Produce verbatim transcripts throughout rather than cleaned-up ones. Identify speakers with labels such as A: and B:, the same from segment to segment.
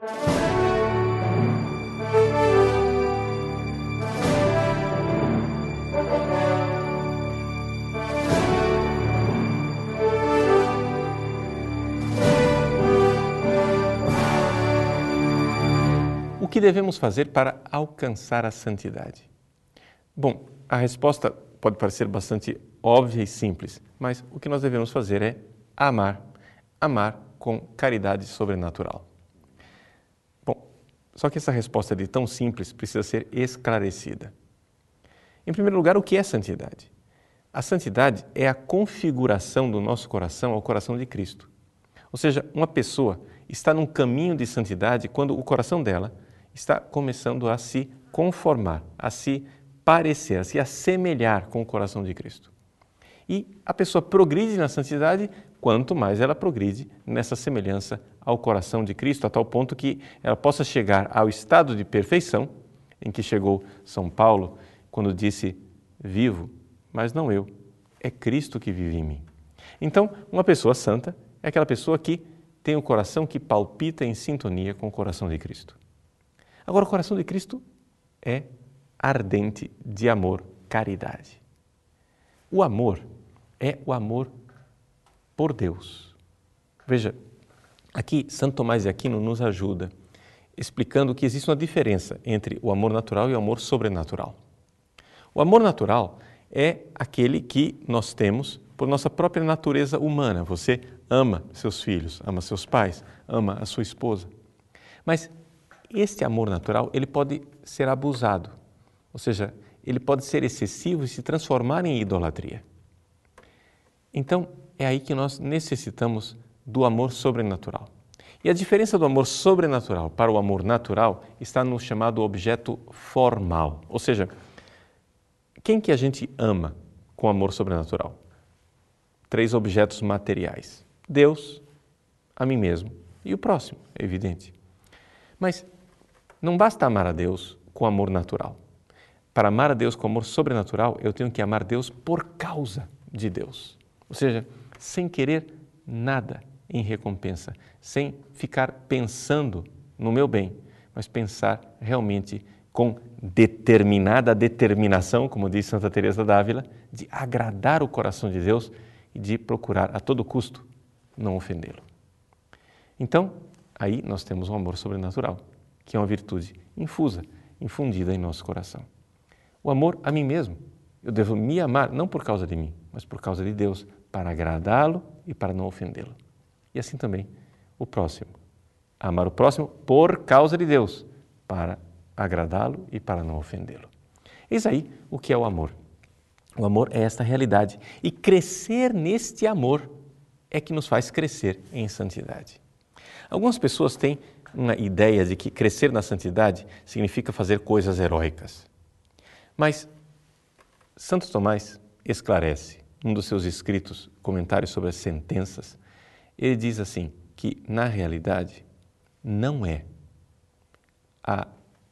A: O que devemos fazer para alcançar a santidade? Bom, a resposta pode parecer bastante óbvia e simples, mas o que nós devemos fazer é amar, amar com caridade sobrenatural. Bom, só que essa resposta de tão simples precisa ser esclarecida. Em primeiro lugar, o que é santidade? A santidade é a configuração do nosso coração ao coração de Cristo. Ou seja, uma pessoa está num caminho de santidade quando o coração dela está começando a se conformar, a se parecer, a se assemelhar com o coração de Cristo. E a pessoa progride na santidade quanto mais ela progride nessa semelhança ao coração de Cristo, a tal ponto que ela possa chegar ao estado de perfeição em que chegou São Paulo quando disse: vivo, mas não eu, é Cristo que vive em mim. Então, uma pessoa santa é aquela pessoa que tem o coração que palpita em sintonia com o coração de Cristo. Agora, o coração de Cristo é ardente de amor, caridade. O amor é o amor por Deus. Veja, aqui Santo Tomás de Aquino nos ajuda explicando que existe uma diferença entre o amor natural e o amor sobrenatural. O amor natural é aquele que nós temos por nossa própria natureza humana. Você ama seus filhos, ama seus pais, ama a sua esposa. Mas este amor natural, ele pode ser abusado, ou seja, ele pode ser excessivo e se transformar em idolatria. Então, é aí que nós necessitamos do amor sobrenatural. E a diferença do amor sobrenatural para o amor natural está no chamado objeto formal, ou seja, quem que a gente ama com amor sobrenatural? Três objetos materiais: Deus, a mim mesmo e o próximo, é evidente. Mas não basta amar a Deus com amor natural. Para amar a Deus com amor sobrenatural, eu tenho que amar Deus por causa de Deus. Ou seja, sem querer nada em recompensa, sem ficar pensando no meu bem, mas pensar realmente com determinada determinação, como diz Santa Teresa d'Ávila, de agradar o coração de Deus e de procurar a todo custo não ofendê-lo. Então, aí nós temos um amor sobrenatural, que é uma virtude infusa, infundida em nosso coração. O amor a mim mesmo. Eu devo me amar não por causa de mim, mas por causa de Deus, para agradá-lo e para não ofendê-lo. E assim também o próximo. Amar o próximo por causa de Deus, para agradá-lo e para não ofendê-lo. Eis aí o que é o amor. O amor é esta realidade. E crescer neste amor é que nos faz crescer em santidade. Algumas pessoas têm uma ideia de que crescer na santidade significa fazer coisas heróicas. Mas Santo Tomás esclarece, num dos seus escritos, comentários sobre as sentenças, ele diz assim, que na realidade não é a,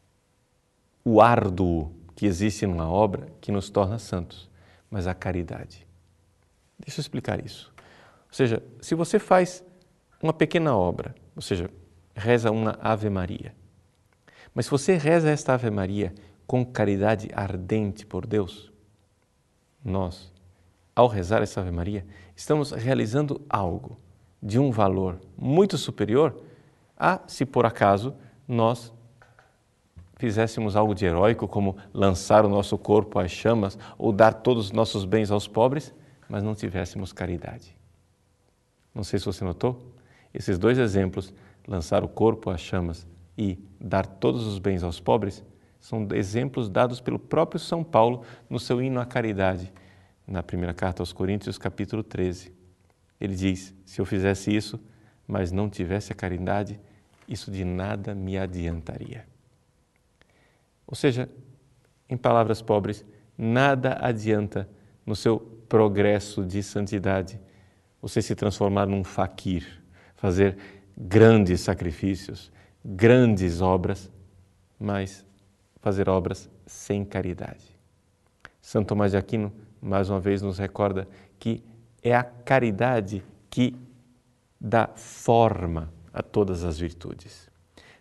A: o árduo que existe numa obra que nos torna santos, mas a caridade. Deixa eu explicar isso. Ou seja, se você faz uma pequena obra, ou seja, reza uma Ave Maria, mas se você reza esta Ave Maria com caridade ardente por Deus, nós, ao rezar essa Ave Maria, estamos realizando algo de um valor muito superior a, se por acaso, nós fizéssemos algo de heróico, como lançar o nosso corpo às chamas ou dar todos os nossos bens aos pobres, mas não tivéssemos caridade. Não sei se você notou, esses dois exemplos, lançar o corpo às chamas e dar todos os bens aos pobres, são exemplos dados pelo próprio São Paulo no seu hino à caridade, na primeira carta aos Coríntios, capítulo treze. Ele diz, se eu fizesse isso, mas não tivesse a caridade, isso de nada me adiantaria. Ou seja, em palavras pobres, nada adianta no seu progresso de santidade você se transformar num faquir, fazer grandes sacrifícios, grandes obras, mas fazer obras sem caridade. Santo Tomás de Aquino, mais uma vez, nos recorda que é a caridade que dá forma a todas as virtudes.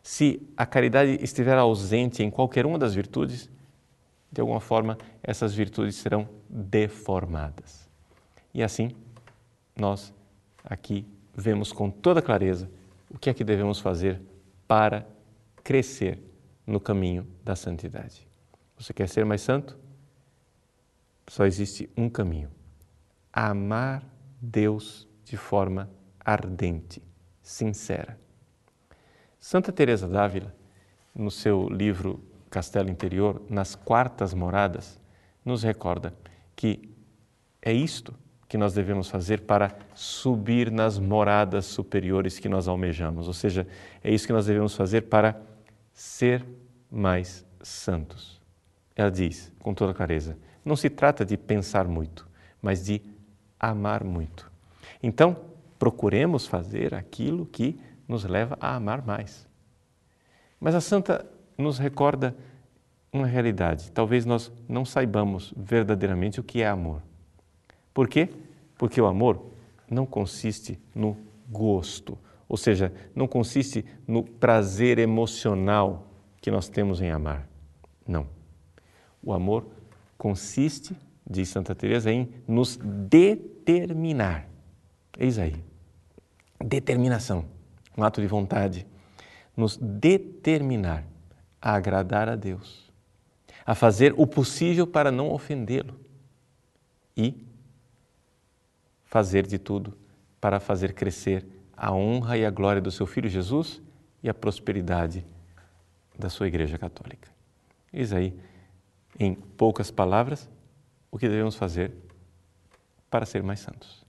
A: Se a caridade estiver ausente em qualquer uma das virtudes, de alguma forma essas virtudes serão deformadas. E assim, nós aqui vemos com toda clareza o que é que devemos fazer para crescer no caminho da santidade. Você quer ser mais santo? Só existe um caminho: amar Deus de forma ardente, sincera. Santa Teresa d'Ávila, no seu livro Castelo Interior, nas quartas moradas, nos recorda que é isto que nós devemos fazer para subir nas moradas superiores que nós almejamos. Ou seja, é isso que nós devemos fazer para ser mais santos. Ela diz, com toda clareza, não se trata de pensar muito, mas de amar muito. Então, procuremos fazer aquilo que nos leva a amar mais. Mas a Santa nos recorda uma realidade. Talvez nós não saibamos verdadeiramente o que é amor. Por quê? Porque o amor não consiste no gosto, ou seja, não consiste no prazer emocional que nós temos em amar. Não. O amor consiste, diz Santa Teresa, em nos determinar. Eis aí. Determinação, um ato de vontade. Nos determinar a agradar a Deus, a fazer o possível para não ofendê-lo e fazer de tudo para fazer crescer a honra e a glória do seu Filho Jesus e a prosperidade da sua Igreja Católica. Eis aí, em poucas palavras, o que devemos fazer para ser mais santos.